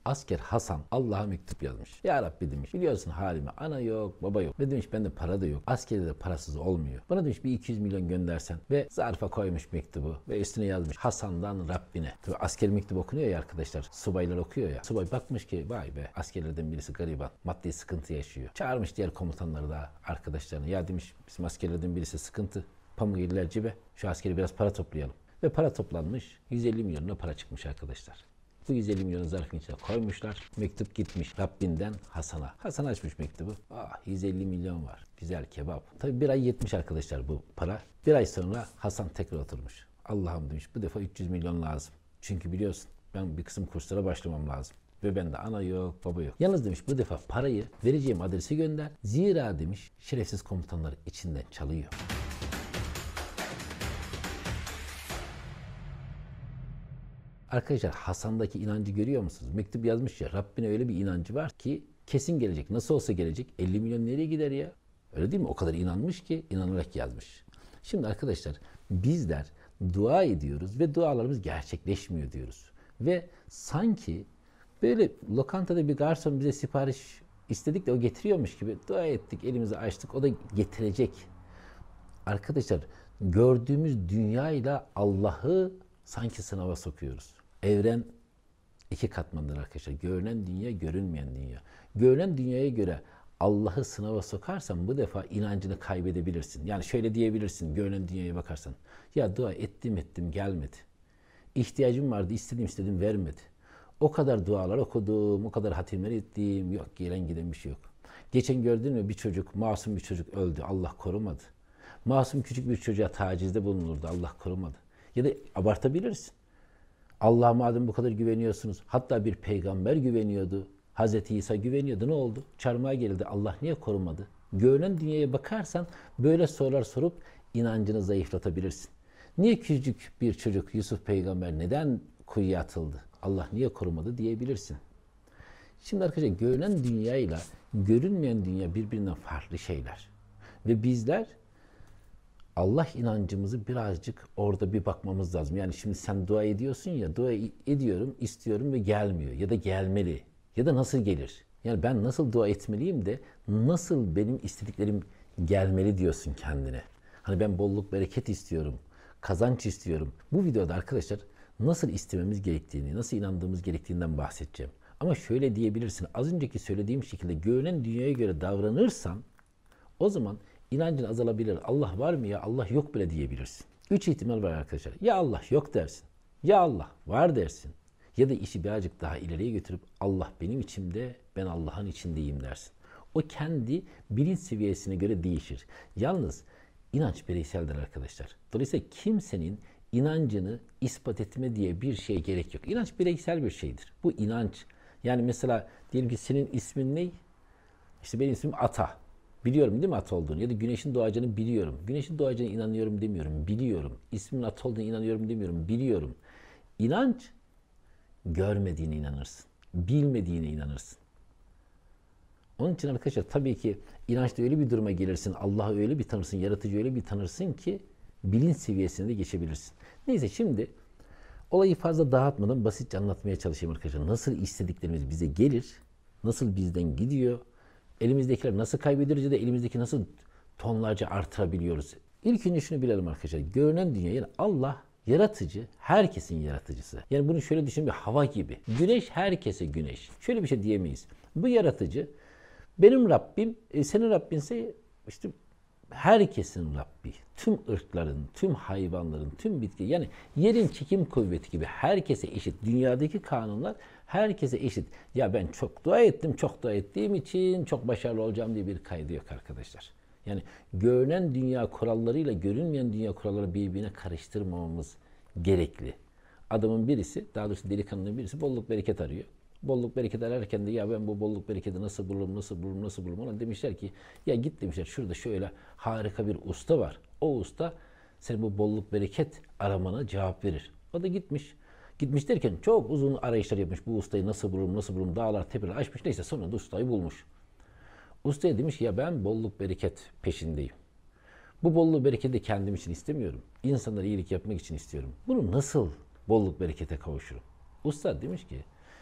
Asker Hasan Allah'a mektup yazmış. Ya Rabbi demiş, biliyorsun halimi, ana yok baba yok. Ve demiş bende para da yok. Askerde de parasız olmuyor. Bana demiş bir 200 milyon göndersen. Ve zarfa koymuş mektubu. Ve üstüne yazmış Hasan'dan Rabbine. Tabii asker mektubu okunuyor ya arkadaşlar. Subaylar okuyor ya. Subay bakmış ki vay be, askerlerden birisi gariban. Maddi sıkıntı yaşıyor. Çağırmış diğer komutanları da arkadaşlarını. Ya demiş bizim askerlerden birisi sıkıntı. Pamuk eller cibe. Şu askeri biraz para toplayalım. Ve para toplanmış. 150 milyonuna para çıkmış arkadaşlar. Bu 150 milyonu zarfın içine koymuşlar. Mektup gitmiş Rabbinden Hasan'a. Hasan açmış mektubu. 150 milyon var. Güzel kebap. Tabi bir ay yetmiş arkadaşlar bu para. Bir ay sonra Hasan tekrar oturmuş. Allah'ım demiş bu defa 300 milyon lazım. Çünkü biliyorsun ben bir kısım kurslara başlamam lazım. Ve bende ana yok, baba yok. Yalnız demiş bu defa parayı vereceğim adresi gönder. Zira demiş şerefsiz komutanlar içinden çalıyor. Arkadaşlar Hasan'daki inancı görüyor musunuz? Mektup yazmış ya, Rabbine öyle bir inancı var ki kesin gelecek. Nasıl olsa gelecek. 50 milyon nereye gider ya? Öyle değil mi? O kadar inanmış ki inanarak yazmış. Şimdi arkadaşlar bizler dua ediyoruz ve dualarımız gerçekleşmiyor diyoruz. Ve sanki böyle lokantada bir garson bize sipariş istedik de o getiriyormuş gibi dua ettik, elimizi açtık, o da getirecek. Arkadaşlar gördüğümüz dünyayla Allah'ı sanki sınava sokuyoruz. Evren iki katmandır arkadaşlar. Görünen dünya, görünmeyen dünya. Görünen dünyaya göre Allah'ı sınava sokarsan bu defa inancını kaybedebilirsin. Yani şöyle diyebilirsin, görünen dünyaya bakarsan. Ya dua ettim gelmedi. İhtiyacım vardı, istedim vermedi. O kadar dualar okudum, o kadar hatimler ettim. Yok, gelen giden bir şey yok. Geçen gördün mü bir çocuk, masum bir çocuk öldü. Allah korumadı. Masum küçük bir çocuğa tacizde bulunurdu. Allah korumadı. Ya da abartabilirsin. Allah'a madem bu kadar güveniyorsunuz. Hatta bir peygamber güveniyordu. Hazreti İsa güveniyordu. Ne oldu? Çarmıha gerildi. Allah niye korumadı? Görünen dünyaya bakarsan böyle sorular sorup inancını zayıflatabilirsin. Niye küçük bir çocuk Yusuf peygamber neden kuyuya atıldı? Allah niye korumadı diyebilirsin. Şimdi arkadaşlar görünen dünyayla görünmeyen dünya birbirinden farklı şeyler. Ve bizler Allah inancımızı birazcık orada bir bakmamız lazım. Yani şimdi sen dua ediyorsun ya, dua ediyorum, istiyorum ve gelmiyor. Ya da gelmeli. Ya da nasıl gelir? Yani ben nasıl dua etmeliyim de nasıl benim istediklerim gelmeli diyorsun kendine. Hani ben bolluk, bereket istiyorum, kazanç istiyorum. Bu videoda arkadaşlar nasıl istememiz gerektiğini, nasıl inandığımız gerektiğinden bahsedeceğim. Ama şöyle diyebilirsin, az önceki söylediğim şekilde görünen dünyaya göre davranırsan o zaman inancın azalabilir. Allah var mı ya? Allah yok bile diyebilirsin. 3 ihtimal var arkadaşlar. Ya Allah yok dersin. Ya Allah var dersin. Ya da işi birazcık daha ileriye götürüp Allah benim içimde, ben Allah'ın içindeyim dersin. O kendi bilinç seviyesine göre değişir. Yalnız inanç bireyseldir arkadaşlar. Dolayısıyla kimsenin inancını ispat etme diye bir şeye gerek yok. İnanç bireysel bir şeydir. Bu inanç. Yani mesela diyelim ki senin ismin ne? İşte benim ismim Ata. Biliyorum değil mi at olduğunu? Ya da güneşin doğacağını biliyorum. Güneşin doğacağına inanıyorum demiyorum. Biliyorum. İsmin at olduğunu inanıyorum demiyorum. Biliyorum. İnanç görmediğine inanırsın. Bilmediğine inanırsın. Onun için arkadaşlar tabii ki inançta öyle bir duruma gelirsin. Allah'ı öyle bir tanırsın. Yaratıcı öyle bir tanırsın ki bilinç seviyesine de geçebilirsin. Neyse şimdi olayı fazla dağıtmadan basitçe anlatmaya çalışayım arkadaşlar. Nasıl istediklerimiz bize gelir? Nasıl bizden gidiyor? Elimizdekiler nasıl kaybediyoruz ya da elimizdeki nasıl tonlarca artırabiliyoruz? İlk önce şunu bilelim arkadaşlar. Görünen dünya yani Allah yaratıcı, herkesin yaratıcısı. Yani bunu şöyle düşün, bir hava gibi. Güneş herkese güneş. Şöyle bir şey diyemeyiz. Bu yaratıcı benim Rabbim, senin Rabbinse işte herkesin Rabbi. Tüm ırkların, tüm hayvanların, tüm bitki. Yani yerin çekim kuvveti gibi herkese eşit. Dünyadaki kanunlar herkese eşit. Ya ben çok dua ettim, çok dua ettiğim için çok başarılı olacağım diye bir kaydı yok arkadaşlar. Yani görünen dünya kurallarıyla görünmeyen dünya kuralları birbirine karıştırmamamız gerekli. Adamın birisi, daha doğrusu delikanlının birisi bolluk bereket arıyor. Bolluk bereket ararken de ya ben bu bolluk bereketi nasıl bulurum? Ona demişler ki ya git demişler, şurada şöyle harika bir usta var. O usta senin bu bolluk bereket aramana cevap verir. O da gitmiş. Gitmiş derken çok uzun arayışlar yapmış. Bu ustayı nasıl bulurum? Dağlar tepeler aşmış. Neyse sonunda ustayı bulmuş. Ustaya demiş ya ben bolluk bereket peşindeyim. Bu bolluk bereketi de kendim için istemiyorum. İnsanlara iyilik yapmak için istiyorum. Bunu nasıl bolluk berekete kavuşurum? Usta demiş ki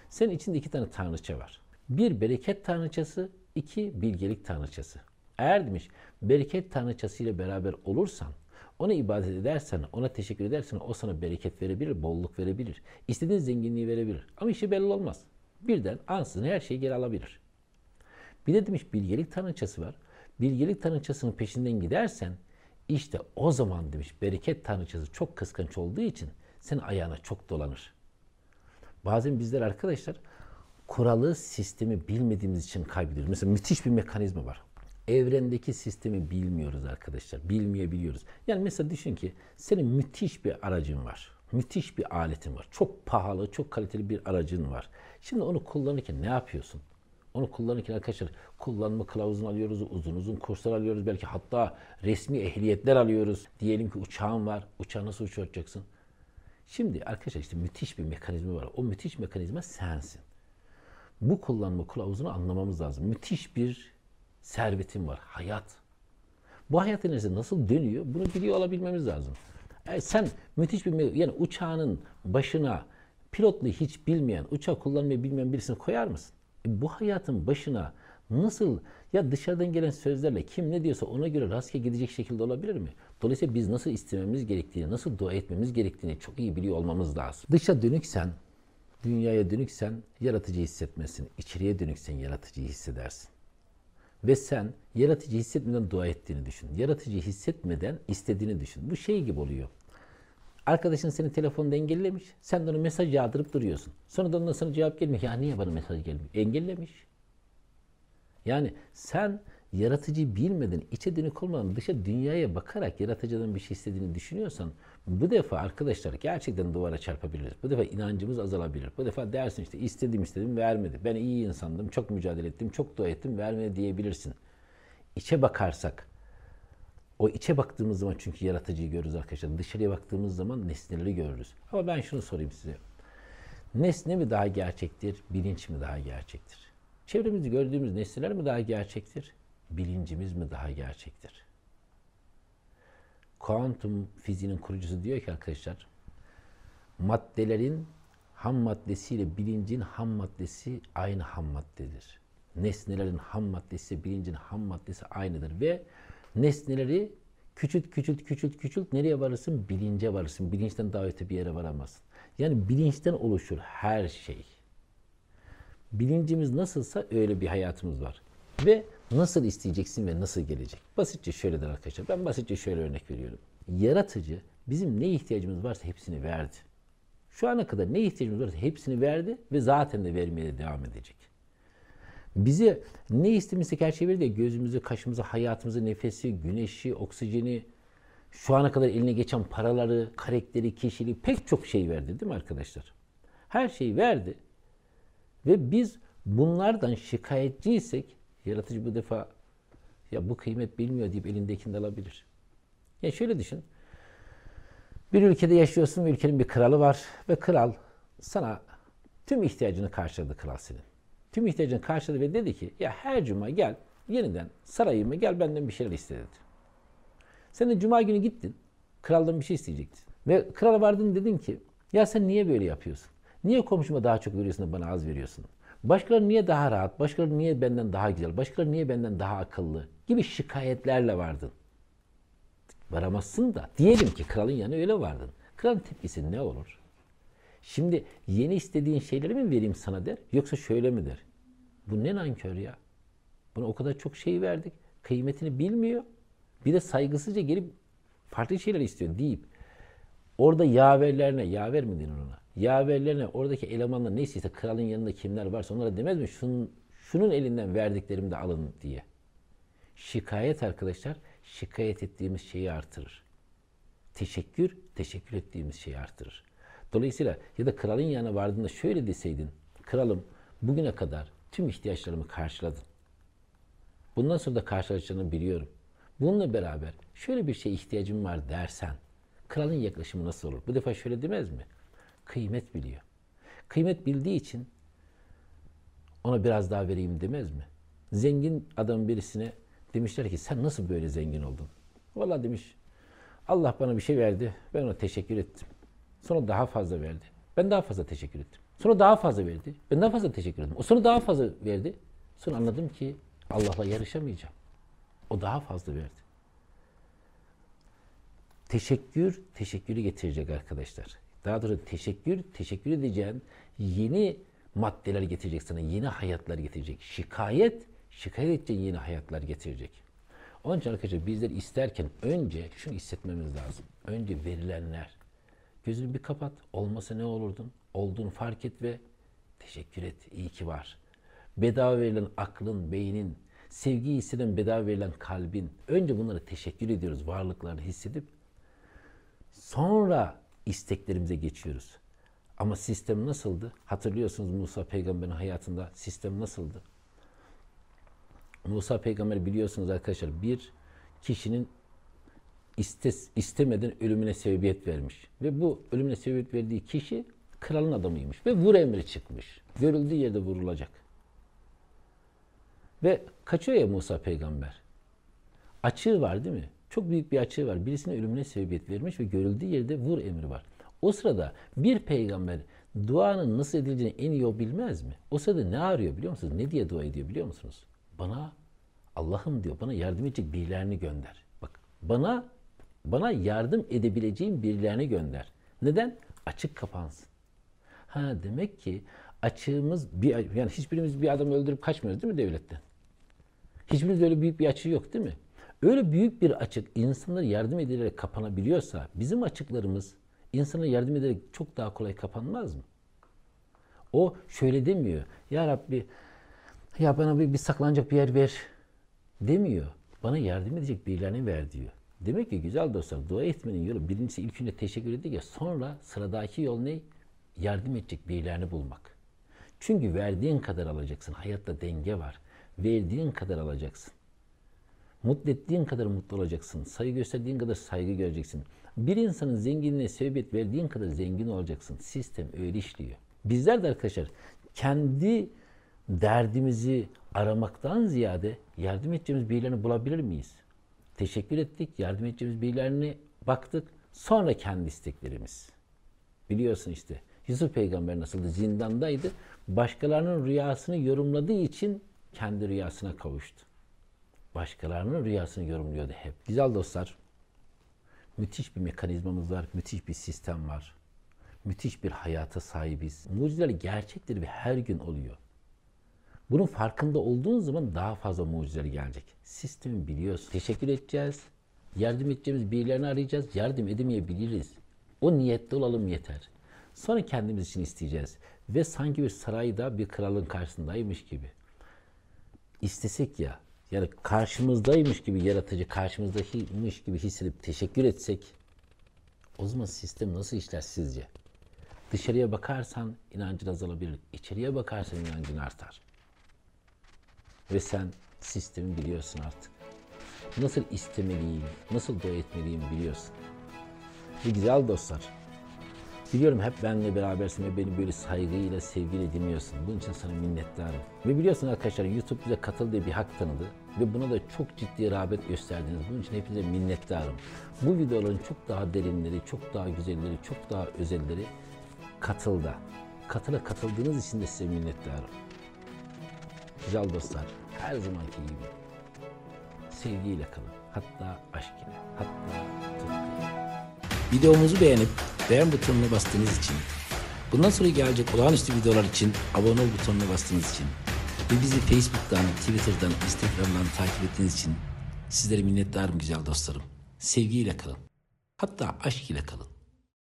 Senin içinde 2 tane tanrıça var. Bir bereket tanrıçası, 2 bilgelik tanrıçası. Eğer demiş bereket tanrıçası ile beraber olursan, ona ibadet edersen, ona teşekkür edersen o sana bereket verebilir, bolluk verebilir. İstediğin zenginliği verebilir. Ama işi belli olmaz. Birden ansızın her şeyi geri alabilir. Bir de demiş bilgelik tanrıçası var. Bilgelik tanrıçasının peşinden gidersen işte o zaman demiş bereket tanrıçası çok kıskanç olduğu için senin ayağına çok dolanır. Bazen bizler arkadaşlar kuralı, sistemi bilmediğimiz için kaybediyoruz. Mesela müthiş bir mekanizma var. Evrendeki sistemi bilmiyoruz arkadaşlar. Bilmeyebiliyoruz. Yani mesela düşün ki senin müthiş bir aracın var. Müthiş bir aletin var. Çok pahalı, çok kaliteli bir aracın var. Şimdi onu kullanırken ne yapıyorsun? Onu kullanırken arkadaşlar kullanma kılavuzunu alıyoruz, uzun uzun kurslar alıyoruz. Belki hatta resmi ehliyetler alıyoruz. Diyelim ki uçağın var. Uçağı nasıl uçuracaksın? Şimdi arkadaşlar işte müthiş bir mekanizma var. O müthiş mekanizma sensin. Bu kullanma kılavuzunu anlamamız lazım. Müthiş bir servetin var. Hayat. Bu hayat enerjisi nasıl dönüyor? Bunu biliyor olabilmemiz lazım. Sen müthiş bir yani uçağının başına pilotluğu hiç bilmeyen, uçağı kullanmayı bilmeyen birisini koyar mısın? Bu hayatın başına nasıl ya dışarıdan gelen sözlerle kim ne diyorsa ona göre rastgele gidecek şekilde olabilir mi? Dolayısıyla biz nasıl istememiz gerektiğini, nasıl dua etmemiz gerektiğini çok iyi biliyor olmamız lazım. Dışa dönüksen, dünyaya dönüksen yaratıcı hissetmezsin. İçeriye dönüksen yaratıcıyı hissedersin. Ve sen yaratıcı hissetmeden dua ettiğini düşün. Yaratıcı hissetmeden istediğini düşün. Bu şey gibi oluyor. Arkadaşın seni telefonda engellemiş. Sen de ona mesaj yağdırıp duruyorsun. Sonra da ondan sana cevap gelmiyor. Ya niye bana mesaj gelmiyor? Engellemiş. Yani sen yaratıcı bilmeden, içe dönük olmadan dışa dünyaya bakarak yaratıcıdan bir şey istediğini düşünüyorsan bu defa arkadaşlar gerçekten duvara çarpabiliriz. Bu defa inancımız azalabilir. Bu defa dersin işte istedim vermedi. Ben iyi insandım, çok mücadele ettim, çok dua ettim, vermedi diyebilirsin. İçe bakarsak, o içe baktığımız zaman çünkü yaratıcıyı görürüz arkadaşlar. Dışarıya baktığımız zaman nesneleri görürüz. Ama ben şunu sorayım size. Nesne mi daha gerçektir, bilinç mi daha gerçektir? Çevremizde gördüğümüz nesneler mi daha gerçektir? Bilincimiz mi daha gerçektir? Kuantum fiziğinin kurucusu diyor ki arkadaşlar, maddelerin ham maddesiyle bilincin ham maddesi aynı ham maddedir. Nesnelerin ham maddesi, bilincin ham maddesi aynıdır ve nesneleri küçült nereye varırsın? Bilince varırsın. Bilinçten daha öte bir yere varamazsın. Yani bilinçten oluşur her şey. Bilincimiz nasılsa öyle bir hayatımız var. Ve nasıl isteyeceksin ve nasıl gelecek? Basitçe şöyledir arkadaşlar. Ben basitçe şöyle örnek veriyorum. Yaratıcı bizim ne ihtiyacımız varsa hepsini verdi. Şu ana kadar ne ihtiyacımız varsa hepsini verdi ve zaten de vermeye de devam edecek. Bize ne istemişsek her şeyi verdi ya, gözümüzü, kaşımızı, hayatımızı, nefesi, güneşi, oksijeni, şu ana kadar eline geçen paraları, karakteri, kişiliği pek çok şey verdi değil mi arkadaşlar? Her şeyi verdi. Ve biz bunlardan şikayetçiysek yaratıcı bu defa ya bu kıymet bilmiyor deyip elindekini de alabilir. Ya şöyle düşün. Bir ülkede yaşıyorsun ve ülkenin bir kralı var ve kral sana tüm ihtiyacını karşıladı kral senin. Tüm ihtiyacını karşıladı ve dedi ki ya her cuma gel yeniden sarayıma gel benden bir şeyler iste dedi. Sen de cuma günü gittin. Kraldan bir şey isteyecektin. Ve krala vardın dedin ki ya sen niye böyle yapıyorsun? Niye komşuma daha çok veriyorsun da bana az veriyorsun? Başkaları niye daha rahat? Başkaları niye benden daha güzel? Başkaları niye benden daha akıllı? Gibi şikayetlerle vardın. Varamazsın da. Diyelim ki kralın yanına öyle vardın. Kralın tepkisi ne olur? Şimdi yeni istediğin şeyleri mi vereyim sana der? Yoksa şöyle mi der? Bu ne nankör ya? Buna o kadar çok şey verdik. Kıymetini bilmiyor. Bir de saygısızca gelip farklı şeyler istiyor deyip orada yaverlerine, yaver mi denir ona? Yaverlerine, oradaki elemanlar neyse işte kralın yanında kimler varsa onlara demez mi? Şunun elinden verdiklerimi de alın diye. Şikayet arkadaşlar, şikayet ettiğimiz şeyi artırır. Teşekkür ettiğimiz şeyi artırır. Dolayısıyla ya da kralın yanına vardığında şöyle deseydin, kralım bugüne kadar tüm ihtiyaçlarımı karşıladın. Bundan sonra da karşılaşacağını biliyorum. Bununla beraber şöyle bir şeye ihtiyacım var dersen, kralın yaklaşımı nasıl olur? Bu defa şöyle demez mi? Kıymet biliyor. Kıymet bildiği için ona biraz daha vereyim demez mi? Zengin adam birisine demişler ki sen nasıl böyle zengin oldun? Vallahi demiş Allah bana bir şey verdi. Ben ona teşekkür ettim. Sonra daha fazla verdi. Ben daha fazla teşekkür ettim. Sonra daha fazla verdi. Ben daha fazla teşekkür ederim. O sonra daha fazla verdi. Sonra anladım ki Allah'la yarışamayacağım. O daha fazla verdi. Teşekkür, teşekkürü getirecek arkadaşlar. Daha doğrusu teşekkür edeceğin yeni maddeler getirecek sana, yeni hayatlar getirecek. Şikayet edeceğin yeni hayatlar getirecek. Onun için arkadaşlar bizler isterken önce şunu hissetmemiz lazım. Önce verilenler. Gözünü bir kapat. Olmasa ne olurdun? Olduğunu fark et ve teşekkür et. İyi ki var. Bedava verilen aklın, beynin, sevgiyi hisseden bedava verilen kalbin. Önce bunlara teşekkür ediyoruz. Varlıklarını hissedip sonra isteklerimize geçiyoruz. Ama sistem nasıldı? Hatırlıyorsunuz Musa peygamberin hayatında sistem nasıldı? Musa peygamber biliyorsunuz arkadaşlar bir kişinin istemeden ölümüne sebebiyet vermiş. Ve bu ölümüne sebebiyet verdiği kişi kralın adamıymış. Ve vur emri çıkmış. Görüldüğü yerde vurulacak. Ve kaçıyor ya Musa peygamber. Açığı var değil mi? Çok büyük bir açığı var. Birisinin ölümüne sebebiyet vermiş ve görüldüğü yerde vur emri var. O sırada bir peygamber duanın nasıl edileceğini en iyi o bilmez mi? O sırada ne arıyor biliyor musunuz? Ne diye dua ediyor biliyor musunuz? Bana Allah'ım diyor, bana yardım edecek birilerini gönder. Bak bana yardım edebileceğim birilerini gönder. Neden? Açık kapansın. Ha demek ki açığımız yani hiçbirimiz bir adamı öldürüp kaçmıyoruz değil mi devletten? Hiçbirimiz öyle büyük bir açığı yok değil mi? Öyle büyük bir açık insanlara yardım edilerek kapanabiliyorsa bizim açıklarımız insana yardım ederek çok daha kolay kapanmaz mı? O şöyle demiyor. Ya Rabbi ya bana bir saklanacak bir yer ver demiyor. Bana yardım edecek birilerini ver diyor. Demek ki güzel dostlar dua etmenin yolu birincisi ilk önce teşekkür ettik ya sonra sıradaki yol ne? Yardım edecek birilerini bulmak. Çünkü verdiğin kadar alacaksın. Hayatta denge var. Verdiğin kadar alacaksın. Mutlu ettiğin kadar mutlu olacaksın. Saygı gösterdiğin kadar saygı göreceksin. Bir insanın zenginliğine sebebiyet verdiğin kadar zengin olacaksın. Sistem öyle işliyor. Bizler de arkadaşlar kendi derdimizi aramaktan ziyade yardım edeceğimiz birilerini bulabilir miyiz? Teşekkür ettik, yardım edeceğimiz birilerine baktık. Sonra kendi isteklerimiz. Biliyorsun işte Yusuf peygamber nasıldı? Zindandaydı. Başkalarının rüyasını yorumladığı için kendi rüyasına kavuştu. Başkalarının rüyasını yorumluyordu hep. Güzel dostlar, müthiş bir mekanizmamız var, müthiş bir sistem var. Müthiş bir hayata sahibiz. Mucizeler gerçektir ve her gün oluyor. Bunun farkında olduğun zaman daha fazla mucizeler gelecek. Sistemi biliyorsun. Teşekkür edeceğiz. Yardım edeceğimiz birilerini arayacağız. Yardım edemeyebiliriz. O niyette olalım yeter. Sonra kendimiz için isteyeceğiz. Ve sanki bir sarayda bir kralın karşısındaymış gibi. İstesek ya, yani karşımızdaymış gibi yaratıcı, karşımızdaymış gibi hissedip teşekkür etsek, o zaman sistem nasıl işler sizce? Dışarıya bakarsan inancın azalabilir. İçeriye bakarsan inancın artar. Ve sen sistemi biliyorsun artık. Nasıl istemeliyim, nasıl dua etmeliyim biliyorsun. Ve güzel dostlar, biliyorum hep benimle berabersin ve beni böyle saygıyla, sevgiyle dinliyorsun. Bunun için sana minnettarım. Ve biliyorsun arkadaşlar YouTube bize katıl diye bir hak tanıdı. Ve buna da çok ciddi rağbet gösterdiniz. Bunun için hepinize minnettarım. Bu videoların çok daha derinleri, çok daha güzelleri, çok daha özelleri katılda. Katıldığınız için de size minnettarım. Güzel dostlar, her zamanki gibi sevgiyle kalın. Hatta aşk ile, hatta tutkuyla. Videomuzu beğenip beğen butonuna bastığınız için, bundan sonra gelecek olağanüstü videolar için abone ol butonuna bastığınız için ve bizi Facebook'tan, Twitter'dan, Instagram'dan takip ettiğiniz için sizlere minnettarım güzel dostlarım. Sevgiyle kalın. Hatta aşk ile kalın.